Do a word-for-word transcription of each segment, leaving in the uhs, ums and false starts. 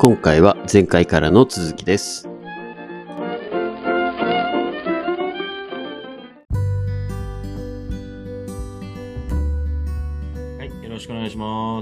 今回は前回からの続きです。 はい、よろしくお願いします。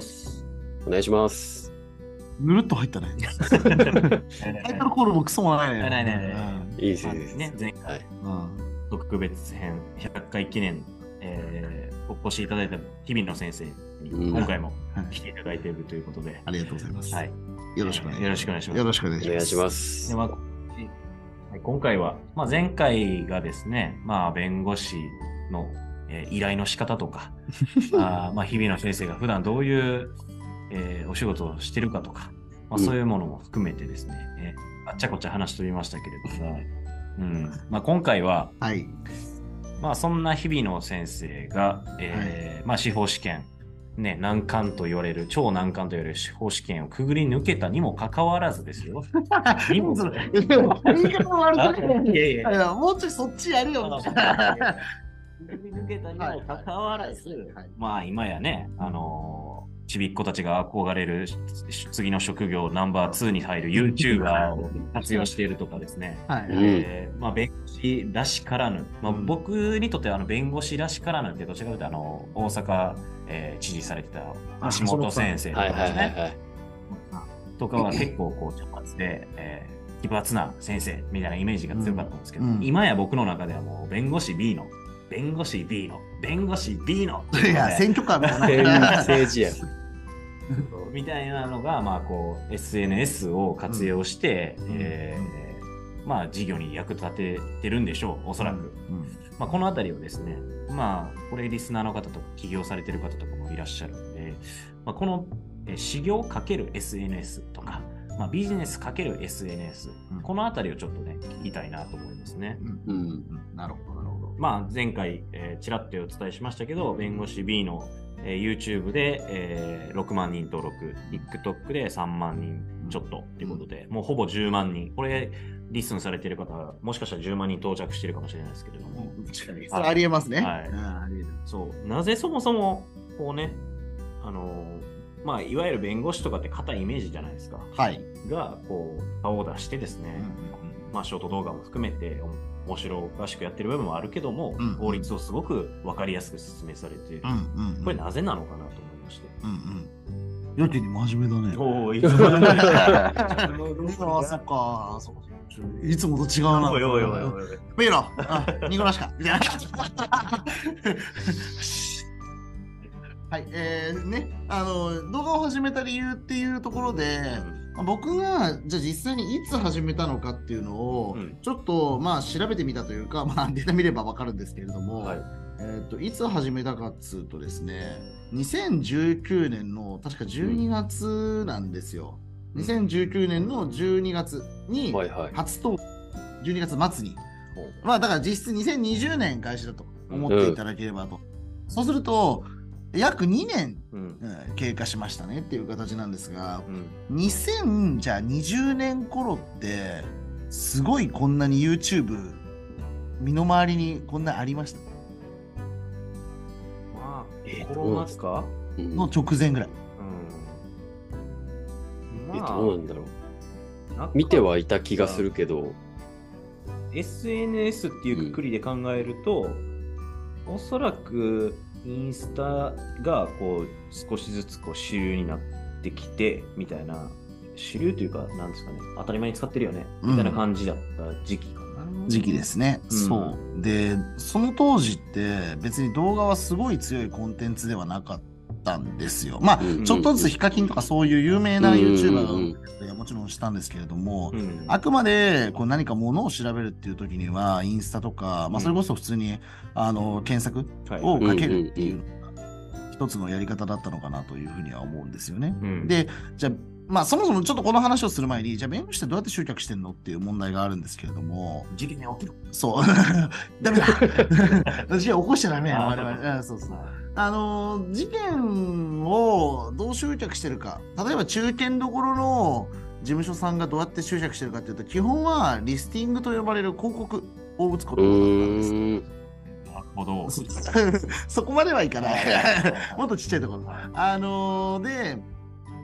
お願いします。 ぬるっと入ったね。タイトルコールもクソもないね。 ないないない。 いいですね。 前回、特別編ひゃっかい記念、えー、お越しいただいた日比野先生に今回も来ていただいているということで、 ありがとうございます。 はい、 よろしくお願いします。 よろしくお願いします。 よろしくお願いします。 お願いします。 でまあはい、今回は、まあ、前回がですね、まあ、弁護士の、えー、依頼の仕方とか、あまあ、日比野先生が普段どういう、えー、お仕事をしてるかとか、まあ、そういうものも含めてですね、うんえー、あっちゃこっちゃ話しておりましたけれども、うんまあ、今回は、 はいまあ、そんな日比野先生が、えーはいまあ、司法試験、ね、難関と言われる、超難関と言われる司法試験をくぐり抜けたにもかかわらずですよ。 にも言い方悪くない。いやいや、もうちょいそっちやるよ。 くぐり抜けたにもかかわらず、はいはいはい、まあ今やね、あのー、ちびっ子たちが憧れる次の職業ナンバーツーに入る YouTuber を活用しているとかですね。はいえーまあ、弁護士らしからぬ、まあ、僕にとってはあの弁護士らしからぬってどちらかというとあの大阪、えー、知事されてた橋本先生とかですね。とかは結構こう茶髪で、えー、奇抜な先生みたいなイメージが強かったんですけど、うんうん、今や僕の中ではもう弁護士 B の弁護士 B の弁護士 B のいや選挙カー政治やみたいなのが、まあ、こう エスエヌエス を活用して、うんえーまあ、事業に役立ててるんでしょう、おそらく。うんまあ、このあたりをですね、まあ、これリスナーの方とか起業されてる方とかもいらっしゃるので、まあ、この、えー、修行 ×エスエヌエス とか、まあ、ビジネス ×エスエヌエス、うん、このあたりをちょっとね、聞きたいなと思いますね。 うんうん、なるほど、なるほど。 まあ、前回、えー、ちらっとお伝えしましたけど、弁護士 B のえー、YouTube で、えー、ろくまんにん登録、TikTok でさんまんにんちょっとということで、うん、もうほぼじゅうまんにん。これ、リスンされている方、もしかしたらじゅうまんにん到着しているかもしれないですけれども。 確かに。それありえますね。 はい。ありえる。そう。なぜそもそも、こうね、あのー、まあ、いわゆる弁護士とかって硬いイメージじゃないですか。 はい。 が、こう、顔を出してですね、うんうんうん、まあ、ショート動画も含めて、面白おかしくやってる部分もあるけども、うんうん、法律をすごく分かりやすく説明されている、うんうんうん、これなぜなのかなと思いまして。 うんうん、やけに真面目だね。 おお、いつもだね。 あ、そっか、そっか。いつもと違うな。 おいおいおいおい。 ペイロ、ニコラシカ。はい、えー、ね、あの動画を始めた理由っていうところで、うん、僕がじゃあ実際にいつ始めたのかっていうのを、うん、ちょっとまあ調べてみたというか、まあ、データ見れば分かるんですけれども、はいえー、といつ始めたかっつうとですね、にせんじゅうきゅうねんの確かじゅうにがつなんですよ。うん、にせんじゅうきゅうねんのじゅうにがつに初登録、はいはい、じゅうにがつ末に、まあだから実質にせんにじゅうねん開始だと思っていただければと。うん、そうすると約にねん、うん、経過しましたねっていう形なんですが、うん、にせんにじゅうねん頃ってすごいこんなに YouTube 身の回りにこんなありました。 まあ、えー、コロナですかの直前ぐらい。 うん、まあ、えどうなんだろう。見てはいた気がするけどエスエヌエス っていうくくりで考えると、うん、おそらくインスタがこう少しずつこう主流になってきてみたいな、主流というかなんですかね、当たり前に使ってるよね、うん、みたいな感じだった時期かな。 時期ですね、うん、そうでその当時って別に動画はすごい強いコンテンツではなかったんですよ。まあ、うん、ちょっとずつヒカキンとかそういう有名な YouTuber がもちろんしたんですけれども、うん、あくまでこう何かものを調べるっていう時にはインスタとか、まあ、それこそ普通にあの検索をかけるっていうのが一つのやり方だったのかなというふうには思うんですよね。うん、でじゃあまあそもそもちょっとこの話をする前に、じゃあ弁護士ってどうやって集客してんのっていう問題があるんですけれども、 事件に起きる。 そう。ダメだ。私は起こしちゃダメや、我々。そうそう。あのー、事件をどう集客してるか。例えば中堅どころの事務所さんがどうやって集客してるかっていうと、基本はリスティングと呼ばれる広告を打つことだったんです。 なるほど。 そこまではいかない。もっとちっちゃいところ。あのー、で、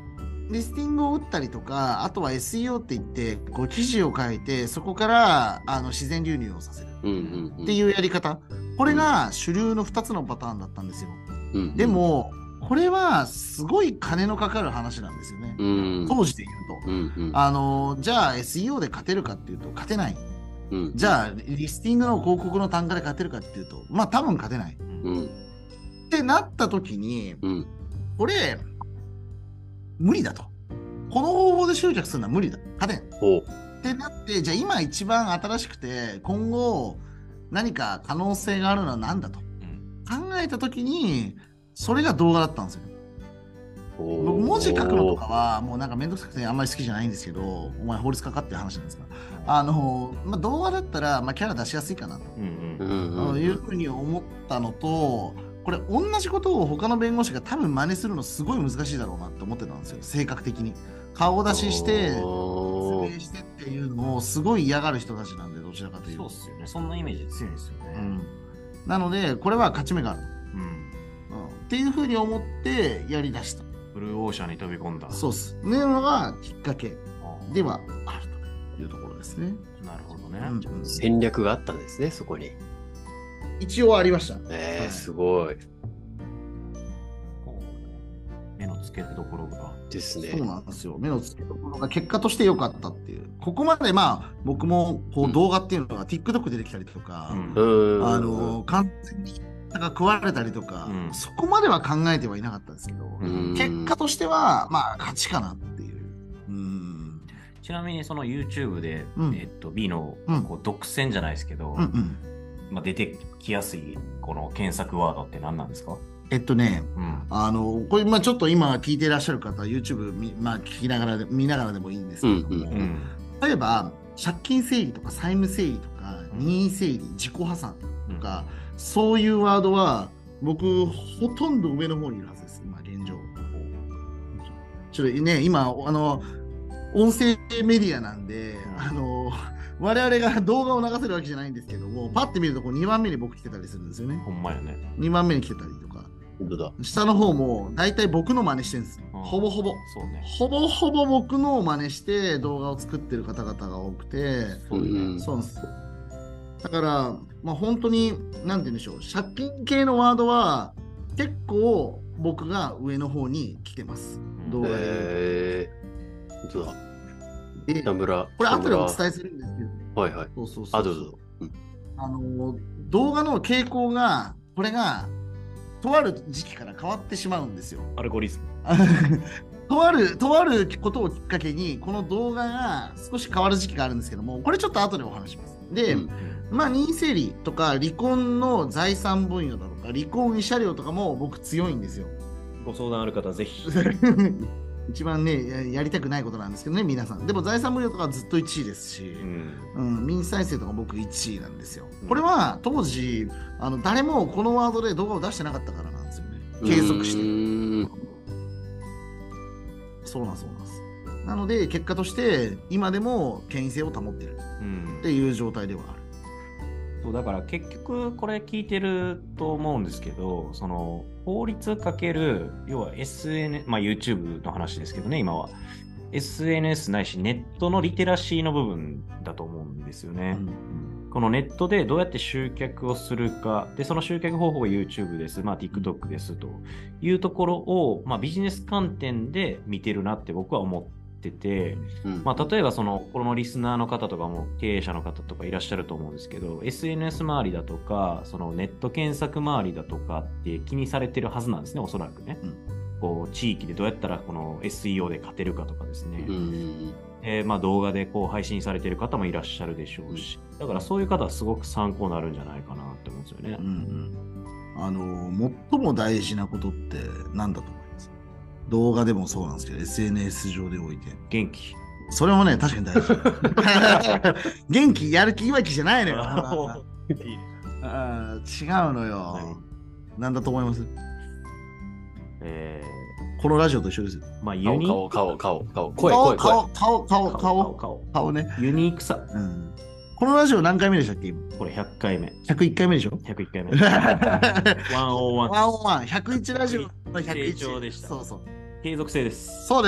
リスティングを打ったりとか、あとは エスイーオー って言ってこう記事を書いてそこからあの自然流入をさせるっていうやり方、これが主流のふたつのパターンだったんですよ。うん、でもこれはすごい金のかかる話なんですよね、うん、当時で言うと、うんうん、あのじゃあ エスイーオー で勝てるかっていうと勝てない、うん、じゃあリスティングの広告の単価で勝てるかっていうとまあ多分勝てない、うん、ってなった時に、うん、これ無理だと、この方法で集客するのは無理だ、勝てんってなって、じゃあ今一番新しくて今後何か可能性があるのは何だと、うん、考えた時にそれが動画だったんですよ。僕文字書くのとかはもうなんかめんどくさくてあんまり好きじゃないんですけど、お前法律かかってる話なんですが、あの、まあ、動画だったらまあキャラ出しやすいかなと、うんうん、いうふうに思ったのと、これ同じことを他の弁護士が多分真似するのすごい難しいだろうなって思ってたんですよ、性格的に。顔出しして説明してっていうのをすごい嫌がる人たちなんで、どちらかというと。 そうっすよね、そんなイメージ強いですよね、うん、 なのでこれは勝ち目がある、うんうん、っていうふうに思ってやりだした。 ブルーオーシャンに飛び込んだ。 そうっすね、のがきっかけではあるというところですね。 なるほどね、 うん、戦略があったんですね、そこに。 一応ありました。 えー、はい、すごい。 目の付けどころがですね。 そうなんですよ。目の付けどころが結果として良かったっていう。ここまでまあ僕もこう動画っていうのは TikTok でできたりとか、うん、あの完全になんか食われたりとか、うん、そこまでは考えてはいなかったんですけど、うん、結果としてはまあ勝ちかなっていう。うん、 ちなみにその YouTube で、うん、えっと B のこう独占じゃないですけど。うんうんまあ、出てきやすいこの検索ワードって何なんですか？ えっとね、うん、あのこれまあちょっと今聞いていらっしゃる方 YouTube まあ聞きながらで見ながらでもいいんですけども、うんうんうん、例えば借金整理とか債務整理とか任意整理、自己破産とか、うん、そういうワードは僕ほとんど上の方にいるはずです、今現状。ちょっとね今あの音声メディアなんで、うん、あの我々が動画を流せるわけじゃないんですけども、パッて見るとこうにばんめに僕来てたりするんですよね。 ほんまやね。 にばんめに来てたりとか。 本当だ。 下の方も大体僕の真似してるんです。ほぼほぼ。 そうね。 ほぼほぼ僕のを真似して動画を作ってる方々が多くて。 そうね。 そうなんです。だから、まあ本当に、なんて言うんでしょう。借金系のワードは結構僕が上の方に来てます。動画で。 へー。本当だ。 でこれ後でお伝えするんですけど、 はいはい。 そうそうそう。 あ、どうぞ。うん、 あの動画の傾向がこれがとある時期から変わってしまうんですよ。 アルゴリズム。 とあるとあることをきっかけにこの動画が少し変わる時期があるんですけども、これちょっと後でお話します。で、うん、まあ任意整理とか離婚の財産分与だとか離婚慰謝料とかも僕強いんですよ。 ご相談ある方ぜひ。 一番ね や, やりたくないことなんですけどね、皆さん。でも財産分与とかずっといちいですし、うんうん、民事再生とか僕いちいなんですよ。これは当時あの誰もこのワードで動画を出してなかったからなんですよね。継続して。そうなんそうなんです。なので結果として今でも権威性を保っているっていう状態ではある。 そうだから結局これ聞いてると思うんですけど、その法律かける要は エスエヌエス、まあ YouTube の話ですけどね、今は エスエヌエス ないしネットのリテラシーの部分だと思うんですよね、うん、このネットでどうやって集客をするかで、その集客方法が YouTube です、まあ TikTok ですというところを、まあ、ビジネス観点で見てるなって僕は思っててて、うんまあ、例えばそのこのリスナーの方とかも経営者の方とかいらっしゃると思うんですけど、 エスエヌエス 周りだとかそのネット検索周りだとかって気にされてるはずなんですね、おそらくね、うん、こう地域でどうやったらこの エスイーオー で勝てるかとかですね、うんえー、まあ動画でこう配信されてる方もいらっしゃるでしょうし、だからそういう方はすごく参考になるんじゃないかなって思うんですよね、うんうん、あの最も大事なことって何だと思います？動画でもそうなんですけど エスエヌエス 上でおいて元気。 それもね確かに大事。元気やる気いわきじゃないのよ。あ違うのよ。なんだと思います？えー、このラジオと一緒ですよ。 まあユニ顔顔顔顔声声声顔顔顔顔顔顔ね。 ユニークさ。 うん。このラジオ何回目でしたっけ今？ これひゃっかいめ。 ひゃくいっかいめでしょ？ ひゃくいっかいめ。ひゃくいち。ワンオーワン。 ワンオーワン。ひゃくいちラジオのひゃくいち。 成長でした。 そうそう。 継続性です。 そうです。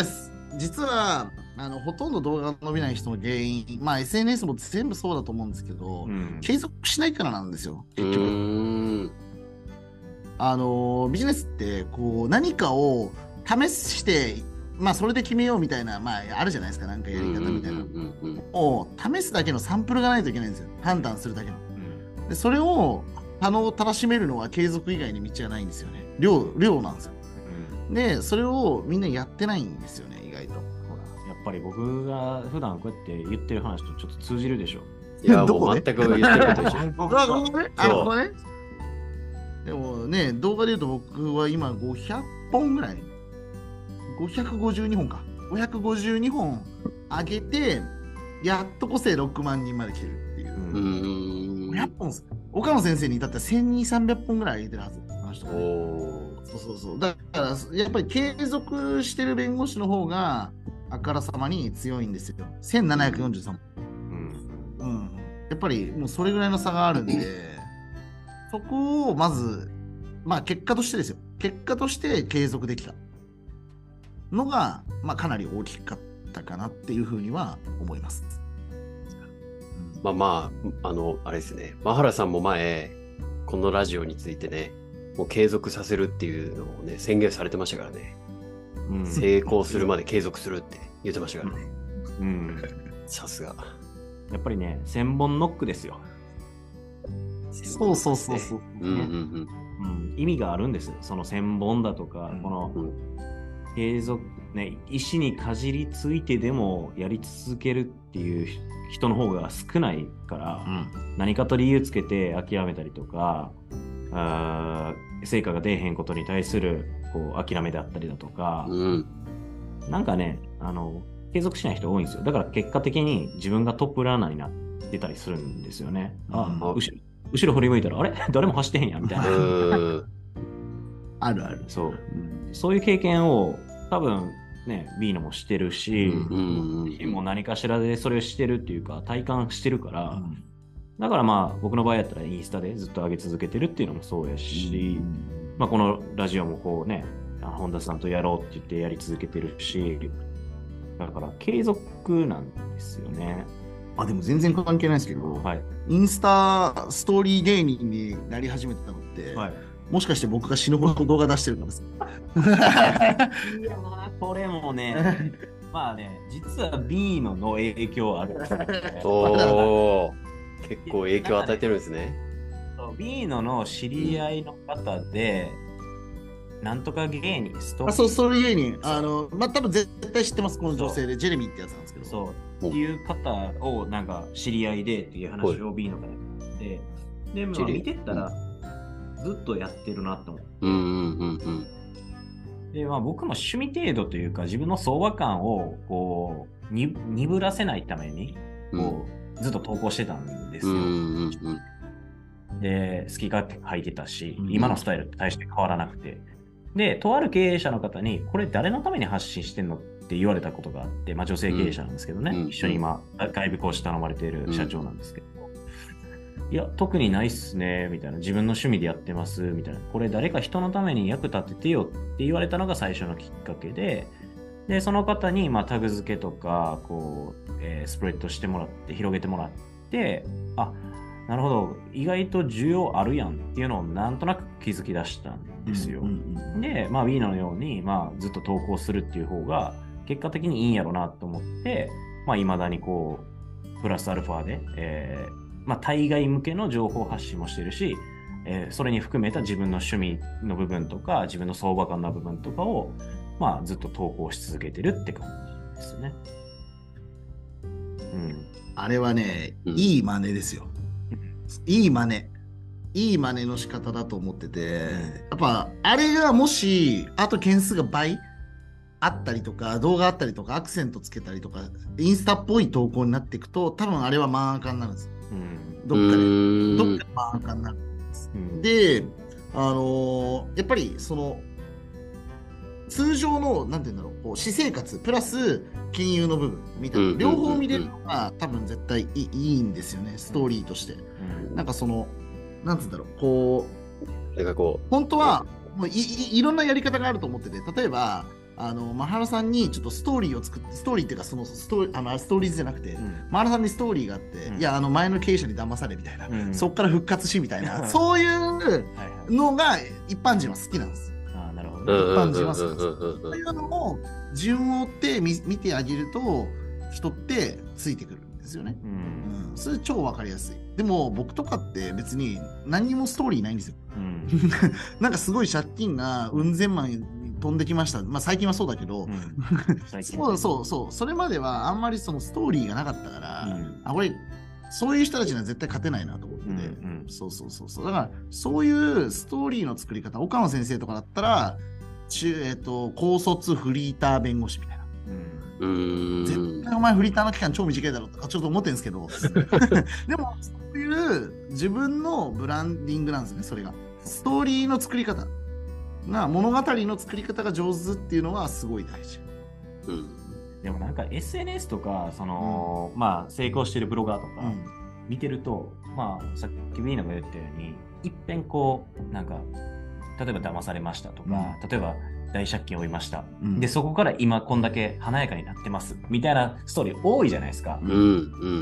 実はあのほとんど動画が伸びない人の原因、まあ エスエヌエス も全部そうだと思うんですけど、うん、継続しないからなんですよ、結局。うーんあのビジネスってこう何かを試して、まあそれで決めようみたいな、まああるじゃないですか、なんかやり方みたいな。を試すだけのサンプルがないといけないんですよ、判断するだけの。うん、でそれをあのたらしめるのは継続以外に道がないんですよね。量、量なんですよ。うん、で、それをみんなやってないんですよね、意外と。ほら、やっぱり僕が普段こうやって言ってる話とちょっと通じるでしょ。 いや、もう全く言ってることでしょ。 僕はここね、あのね。でもね、動画で言うと僕は今ごひゃっぽんぐらい、ごひゃくごじゅうにほんか。ごひゃくごじゅうにほん上げて、やっと個性ろくまんにんまで来てるっていう。うーんごひゃっぽんです。岡野先生に至ってはせんにひゃく、さんびゃっぽんぐらい上げてるはず。あの人ね、そうそうそう。だからやっぱり継続してる弁護士の方があからさまに強いんですよ。せんななひゃくよんじゅうさんぼん。うん。うん。やっぱりもうそれぐらいの差があるんで、そこをまず、まあ結果としてですよ。結果として継続できたのが、まあかなり大きかったかなっていうふうには思います。 まあまあ、あの、あれですね。真原さんも前、このラジオについてね、もう継続させるっていうのをね、宣言されてましたからね。うん、成功するまで継続するって言ってましたからね。うん。さすが。 やっぱりね、千本ノックですよ。 そうそうそうそう。 意味があるんです。その千本だとか、うん、この継続、ね、石にかじりついてでもやり続けるっていう人の方が少ないから、うん、何かと理由つけて諦めたりとか、あ成果が出えへんことに対するこう諦めだったりだとか、うん、なんかね、あの継続しない人多いんですよ。だから結果的に自分がトップランナーになってたりするんですよね。うん、あ、後ろ後ろ振り向いたら、あれ誰も走ってへんやみたいな。 あるある。 そう。そういう経験を多分ね、B のもしてるし、もう何かしらでそれをしてるっていうか、体感してるから、うん、だからまあ僕の場合やったらインスタでずっと上げ続けてるっていうのもそうやし、うん、まあこのラジオもこうね、本田さんとやろうって言ってやり続けてるし、だから継続なんですよね。 あ、でも全然関係ないですけど、はい、インスタストーリー芸人になり始めてたのって、はい、もしかして僕が死ぬほど動画出してるからですか？ いやこれもね、まあね、実は B のの影響ある。 お結構影響を与えてるんですね。 B のの知り合いの方で、うん、なんとか芸人、 ストーリー。あ、そう、ストーリー芸人。あの、まあ、多分絶対知ってます、この女性で、ジェレミーってやつなんですけど。 そう。っていう方をなんか知り合いでっていう話を B の方に言って、で、まあ、見てたらずっとやってるなと思って。うんうんうんうん、で、まあ僕も趣味程度というか自分の相場感をこうに鈍らせないためにこう、うん、ずっと投稿してたんですよ。うんうんうん、で、好き勝手書いてたし、うん、今のスタイルって大して変わらなくて。で、とある経営者の方にこれ誰のために発信してんのって言われたことがあって、まあ、女性経営者なんですけどね、うん、一緒に今外部講師頼まれている社長なんですけど、うん、いや特にないっすねみたいな、自分の趣味でやってますみたいな、これ誰か人のために役立ててよって言われたのが最初のきっかけで、でその方にまあタグ付けとかこう、えー、スプレッドしてもらって広げてもらって、あ、なるほど、意外と需要あるやんっていうのをなんとなく気づき出したんですよ。うんうんうん、で、まあ B のように、まあ、ずっと投稿するっていう方が結果的にいいんやろうなと思って、まあ、未だにこう、プラスアルファで、えー、まあ、対外向けの情報発信もしてるし、えー、それに含めた自分の趣味の部分とか、自分の相場感の部分とかを、まあ、ずっと投稿し続けてるって感じですよね。 うん。あれはね、いい真似ですよ。いい真似。いい真似の仕方だと思ってて、やっぱあれがもしあと件数が倍あったりとか、動画あったりとか、アクセントつけたりとか、インスタっぽい投稿になっていくと、多分あれはマンアカになるんですよ。うん、どっかでどっかでマンアカになるんです、うん、で、あのー、やっぱりその通常のなんていうんだろう、こう私生活プラス金融の部分みたいな、両方見れるのが多分絶対い い, いいんですよね、ストーリーとして。うん、なんかそのなんつうんだろう、こう、なんかこう本当はもう い, い, いろんなやり方があると思ってて、例えばあのマハラさんにちょっとストーリーを作って、ストーリーっていうかそのストーリー、あのストーリーズじゃなくて、うん、マハラさんにストーリーがあって、うん、いやあの前の経営者に騙されみたいな、うん、そこから復活しみたいな、そういうのが一般人は好きなんです。 あ、なるほど。一般人は好きなんです。そういうのを順を追って見てあげると人ってついてくるんですよね。うんうん、それ超わかりやすい。でも僕とかって別に何にもストーリーないんですよ。うん、なんかすごい借金がうん千万飛んできました。まあ最近はそうだけど、うん、そうそうそう、それまではあんまりそのストーリーがなかったから、うん、あ、これそういう人たちには絶対勝てないなと思って、うんうん、そうそうそうそう。だからそういうストーリーの作り方、岡野先生とかだったら、中えっと高卒フリーター弁護士みたいな。うん、絶対お前フリーターの期間超短いだろうとかちょっと思ってるんですけどでもそういう自分のブランディングなんですね。それがストーリーの作り方が物語の作り方が上手っていうのはすごい大事、 うん、でもなんか エスエヌエス とかその、うん、まあ成功してるブロガーとか見てると、うん、まあさっきビーノが言ったようにいっぺんこうなんか例えば騙されましたとか、うん、例えば大借金を負いました、うん、でそこから今こんだけ華やかになってますみたいなストーリー多いじゃないですか、うんうん、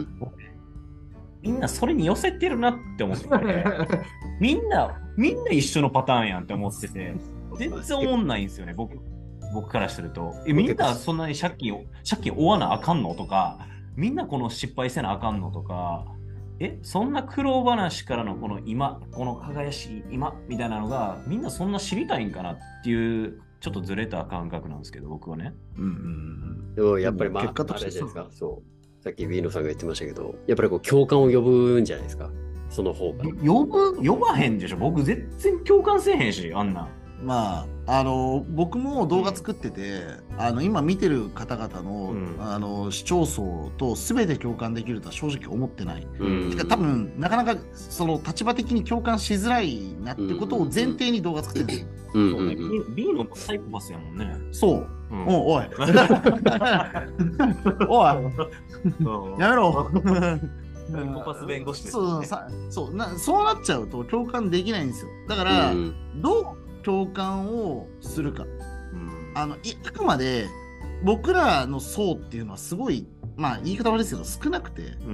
みんなそれに寄せてるなって思っててみんなみんな一緒のパターンやんって思ってて全然思んないんですよね。僕僕からするとえみんなそんなに借金を借金負わなあかんのとかみんなこの失敗せなあかんのとかえそんな苦労話からのこの今この輝しい今みたいなのがみんなそんな知りたいんかなっていうちょっとずれた感覚なんですけど僕はね。うんうんうん、 でもやっぱりまあ、結果としてあれじゃないですか。そうさっきビーノさんが言ってましたけどやっぱりこう共感を呼ぶんじゃないですか。その方が呼ぶ呼ばへんでしょ。僕全然共感せえへんしあんな。 まああの僕も動画作ってて、うん、あの今見てる方々の、うん、あの視聴層と全て共感できるとは正直思ってない。うん、てか多分なかなかその立場的に共感しづらいなってことを前提に動画作ってるんですよ。 うんそうね、B のサイコパスやもんね。 そう。うん、おおい。おい。やめろ。 サイコパス弁護士です、 ね、そうそうそうなそうなっちゃうと共感できないんですよ。だから、うん、どう共感をするか。うん、あのあくまで僕らの層っていうのはすごいまあ言い方悪いですけど少なくて、うん、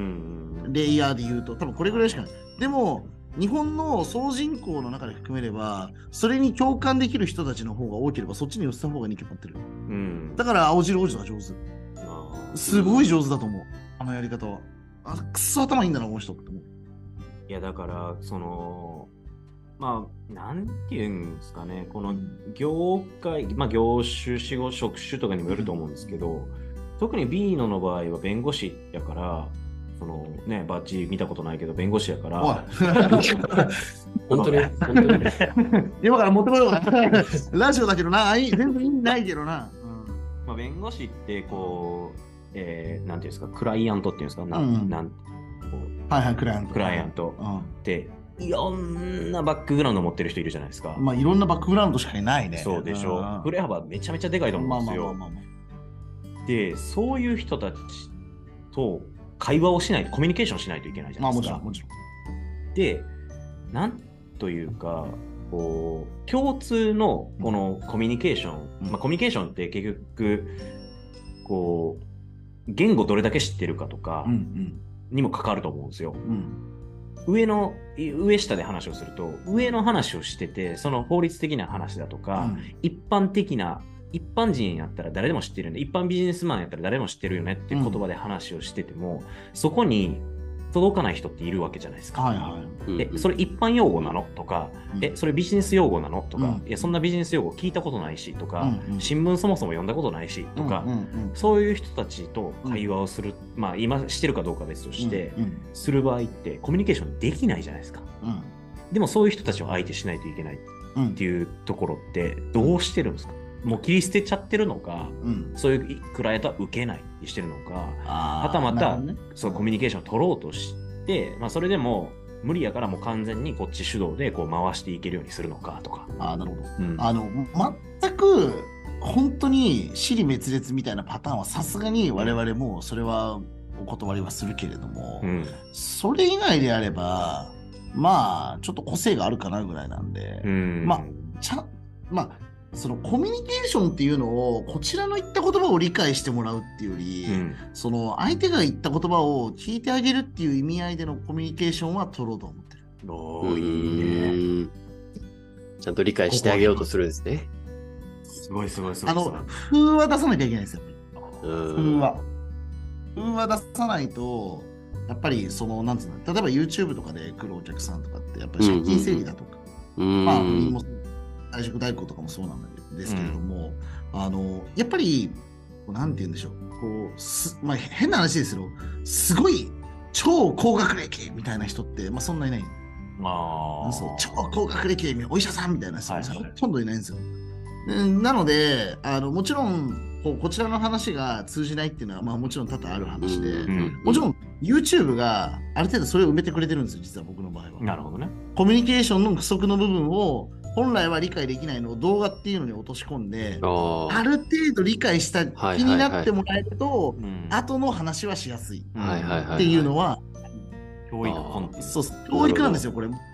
レイヤーで言うと多分これぐらいしかない。でも日本の総人口の中で含めればそれに共感できる人たちの方が多ければそっちに寄せた方がいいと思ってる、うん、だから青汁王子が上手すごい上手だと思うあのやり方は。あくっそ頭いいんだなこの人って思う。 いやだからそのまあなんていうんですかねこの業界まあ業種仕事職種とかにもよると思うんですけど特に ビーノの場合は弁護士やからそのね、バッジ見たことないけど弁護士やから本当に本当に今から持ってこようラジオだけどな全然意味ないけどな、 うんまあ、弁護士ってこう、えー、なんていうんですかクライアントっていうんですかな、うん、なんこうはいはいクライアントクライアントって、うん、いろんなバックグラウンド持ってる人いるじゃないですか。 まあいろんなバックグラウンドしかいないね。 そうでしょ、うん、振れ幅めちゃめちゃでかいと思うんですよ。でそういう人たちと会話をしないとコミュニケーションしないといけないじゃないですか。まあもちろんもちろん。で、なんというかこう共通のこのコミュニケーション、うんまあ、コミュニケーションって結局こう言語どれだけ知ってるかとかにも関わると思うんですよ。うんうん、上の上下で話をすると上の話をしててその法律的な話だとか、うん、一般的な一般人やったら誰でも知ってるよね一般ビジネスマンやったら誰でも知ってるよねっていう言葉で話をしてても、うん、そこに届かない人っているわけじゃないですか。はいはい、えそれ一般用語なのとか、うん、えそれビジネス用語なのとか、うん、いやそんなビジネス用語聞いたことないしとか、うんうん、新聞そもそも読んだことないしとか、うんうんうん、そういう人たちと会話をする、うん、まあ今してるかどうかは別として、うんうん、する場合ってコミュニケーションできないじゃないですか。うん、でもそういう人たちを相手しないといけないっていうところってどうしてるんですか。もう切り捨てちゃってるのか、うん、そういうクライアントは受けないにしてるのか、はたまた、ね、そうコミュニケーションを取ろうとして、まあ、それでも無理やからもう完全にこっち主導でこう回していけるようにするのかとか。 あなるほど、うん、あの全く本当に支離滅裂みたいなパターンはさすがに我々もそれはお断りはするけれども、うん、それ以外であればまあちょっと個性があるかなぐらいなんで、うん、まあちゃまあそのコミュニケーションっていうのをこちらの言った言葉を理解してもらうっていうより、うん、その相手が言った言葉を聞いてあげるっていう意味合いでのコミュニケーションは取ろうと思ってる。 おー、いいね。ちゃんと理解してあげようとするんですね。 すごいすごいすごい。 あの、風は出さなきゃいけないんですよ。風は。風は出さないと、やっぱりその、なんつうの、例えば YouTube とかで来るお客さんとかって、やっぱり借金整理だとか、うんうんうん、まあ、退職代行とかもそうなんですけれども、うん、あの、やっぱり、なんて言うんでしょう、こう、すまあ、変な話ですよ、すごい超高学歴みたいな人って、まあ、そんないない。 あそう超高学歴、お医者さんみたいな人、はいはい、ほとんどいないんですよ。なので、あのもちろんこう、こちらの話が通じないっていうのは、まあ、もちろん多々ある話で、うんうんうん、もちろん YouTube がある程度それを埋めてくれてるんですよ、実は僕の場合は。 なるほどね。 コミュニケーションの不足の部分を、本来は理解できないのを動画っていうのに落とし込んで、ある程度理解した気になってもらえると、はいはいはい、後の話はしやすいっていうのは、 教育コンテンツ。 そうそう、教育なんですよ、これ。うん、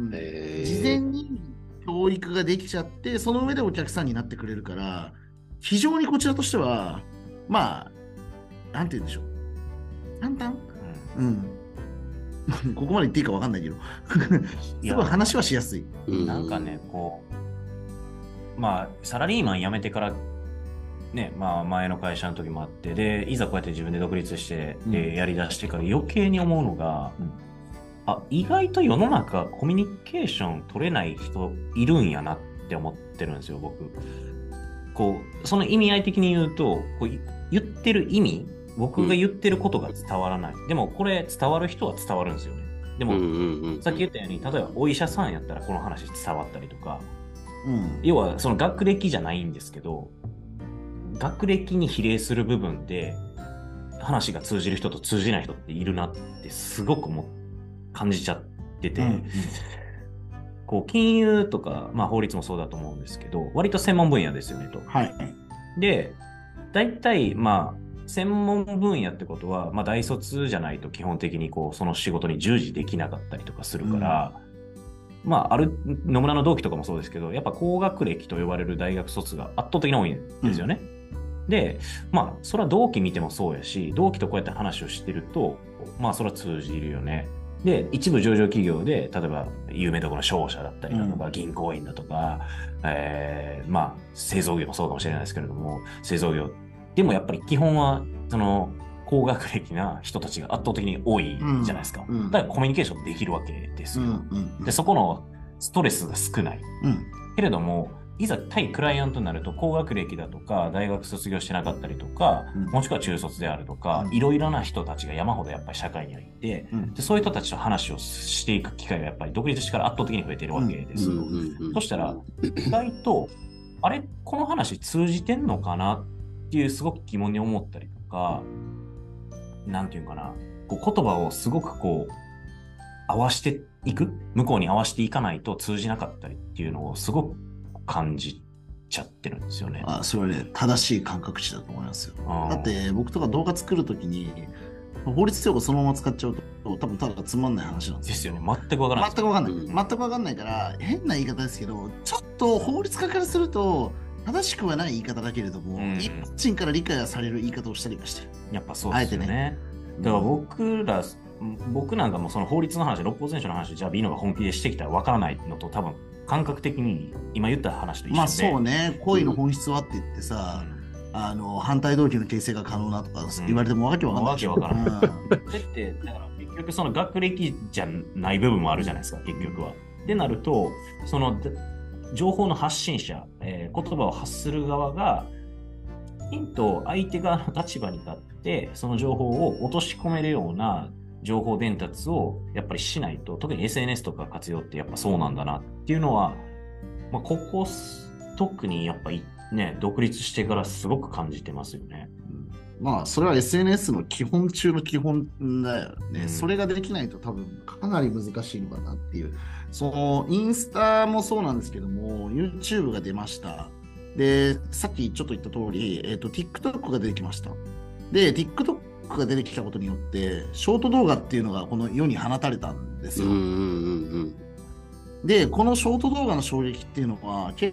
事前に教育ができちゃって、その上でお客さんになってくれるから、非常にこちらとしては、まあ、なんて言うんでしょう。簡単、うん、うんここまで言っていいか分かんないけどすごい話はしやすい。 なんかね、こう、まあ、サラリーマン辞めてから、ね、まあ、前の会社の時もあって、で、いざこうやって自分で独立して、で、やりだしてから余計に思うのが、うん、あ、意外と世の中コミュニケーション取れない人いるんやなって思ってるんですよ、僕。こう、その意味合い的に言うと、こう言ってる意味、僕が言ってることが伝わらない。うん、でもこれ伝わる人は伝わるんですよね。でも、うんうんうん、さっき言ったように、例えばお医者さんやったらこの話伝わったりとか、うん、要はその学歴じゃないんですけど、学歴に比例する部分で話が通じる人と通じない人っているなってすごくも感じちゃってて、うんうん、こう金融とか、まあ、法律もそうだと思うんですけど、割と専門分野ですよねと。 はい、 で、大体まあ専門分野ってことは、まあ、大卒じゃないと基本的にこうその仕事に従事できなかったりとかするから、うん、まあある野村の同期とかもそうですけど、やっぱ高学歴と呼ばれる大学卒が圧倒的に多いんですよね。うん、で、まあそれは同期見てもそうやし、同期とこうやって話をしてると、まあそれは通じるよね。で、一部上場企業で、例えば有名どころの商社だったりだとか、うん、銀行員だとか、えー、まあ製造業もそうかもしれないですけれども、製造業でもやっぱり基本はその高学歴な人たちが圧倒的に多いじゃないですか。うんうん、だからコミュニケーションできるわけですよ。うんうんうん、で、そこのストレスが少ない。うん、けれども、いざ対クライアントになると高学歴だとか、大学卒業してなかったりとか、うん、もしくは中卒であるとか、いろいろな人たちが山ほどやっぱり社会にはいて、うん、で、そういう人たちと話をしていく機会がやっぱり独立してから圧倒的に増えているわけですよ。そしたら、意外と、あれ、この話通じてんのかなっていうすごく疑問に思ったりとか、なんていうかな、こう言葉をすごくこう合わしていく、向こうに合わせていかないと通じなかったりっていうのをすごく感じちゃってるんですよね。 あ、それはね、正しい感覚値だと思いますよ。だって僕とか動画作るときに法律用語そのまま使っちゃうと多分ただつまんない話なんですよ。 ですよね。全くわからない。 全くわかんない。全くわかんないから変な言い方ですけど、ちょっと法律家からすると正しくはない言い方だけれども、うん、一般人から理解はされる言い方をしたりはしてる。 やっぱそうですよね。ね、だから僕ら、僕なんかもその法律の話、六法全書の話、じゃあ B のが本気でしてきたらわからないのと多分感覚的に今言った話と一緒で。 まあそうね、恋の本質はって言ってさ、うん、あの反対動機の形成が可能なとか言われてもわけわかんないでしょ。 わけわからない。だってだから結局その学歴じゃない部分もあるじゃないですか、結局は。ってなると、その情報の発信者、えー、言葉を発する側がきちんと相手側の立場に立ってその情報を落とし込めるような情報伝達をやっぱりしないと、特に エスエヌエス とか活用ってやっぱそうなんだなっていうのは、まあ、ここ特にやっぱりね独立してからすごく感じてますよね。 うん、まあそれは エスエヌエス の基本中の基本だよね。うん、それができないと多分かなり難しいのかなっていう。そのインスタもそうなんですけども YouTube が出ました。でさっきちょっと言った通り、えーと、TikTok が出てきました。で TikTok が出てきたことによってショート動画っていうのがこの世に放たれたんですよ。うんうんうんうん、でこのショート動画の衝撃っていうのは結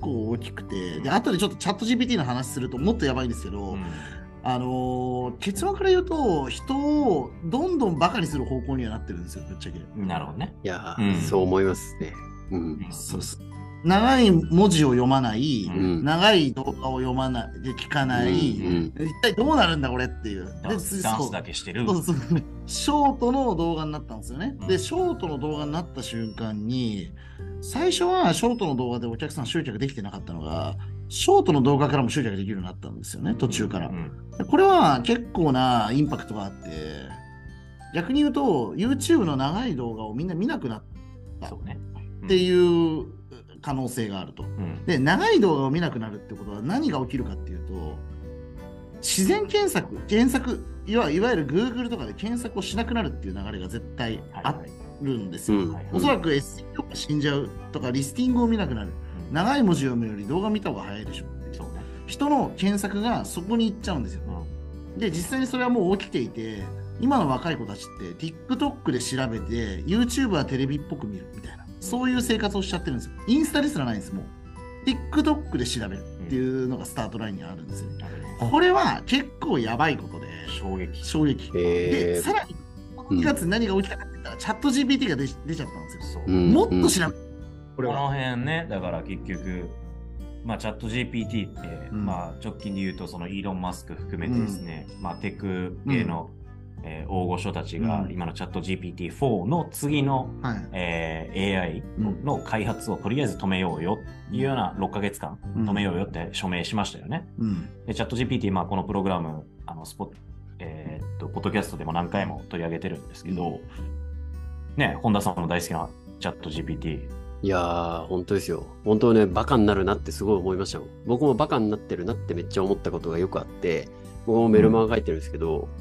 構大きくて、で、後でちょっとチャット ジーピーティー の話するともっとやばいんですけど、うん、あのー、結論から言うと、人をどんどんバカにする方向にはなってるんですよ、ぶっちゃけ。 なるほどね。 いや、うん、そう思いますね。うん。 そうそう。長い文字を読まない、うん、長い動画を読まない、で聞かない、うんうん、一体どうなるんだこれっていう。 ダンスだけしてる。 そうそうそう。ショートの動画になったんですよね。うん、で、ショートの動画になった瞬間に、最初はショートの動画でお客さん集客できてなかったのが、ショートの動画からも集客できるようになったんですよね、途中から。うんうん、これは結構なインパクトがあって、逆に言うと、YouTube の長い動画をみんな見なくなったっていう可能性があると。うん、で、長い動画を見なくなるってことは何が起きるかっていうと、自然検索、検索、いわいわゆる Google とかで検索をしなくなるっていう流れが絶対あるんですよ。はいはい、おそらく エスイーオー が死んじゃうとか、リスティングを見なくなる。うん、長い文字を読むより動画見た方が早いでしょ。そうね、人の検索がそこに行っちゃうんですよ。うん、で、実際にそれはもう起きていて、今の若い子たちって TikTok で調べて YouTube はテレビっぽく見るみたいな、そういう生活をしちゃってるんですよ。インスタですらないんです。もう TikTok で調べるっていうのがスタートラインにあるんですよ。うん、これは結構やばいことで衝撃衝撃で、さらににがつに何が起きたかって言ったら、うん、チャット ジーピーティー が 出, 出ちゃったんですよ。うん、もっと調べる、 これはこの辺ね、だから結局まあ、チャット ジーピーティー って、うん、まあ、直近で言うとそのイーロン・マスク含めてですね、うん、まあ、テク系の、うんえー、大御所たちが今のチャット ジーピーティーフォー の次の、はいえー、エーアイ の開発をとりあえず止めようよっていうようなろっかげつかん止めようよって署名しましたよね。うん、でチャット ジーピーティー、まあ、このプログラムあのスポ、えー、っとポッドキャストでも何回も取り上げてるんですけど、ね、本田さんの大好きなチャット ジーピーティー。 いやー、本当ですよ。本当ね、バカになるなってすごい思いましたもん。僕もバカになってるなってめっちゃ思ったことがよくあって、僕もメルマガ書いてるんですけど、うん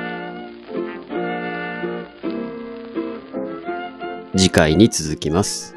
次回に続きます。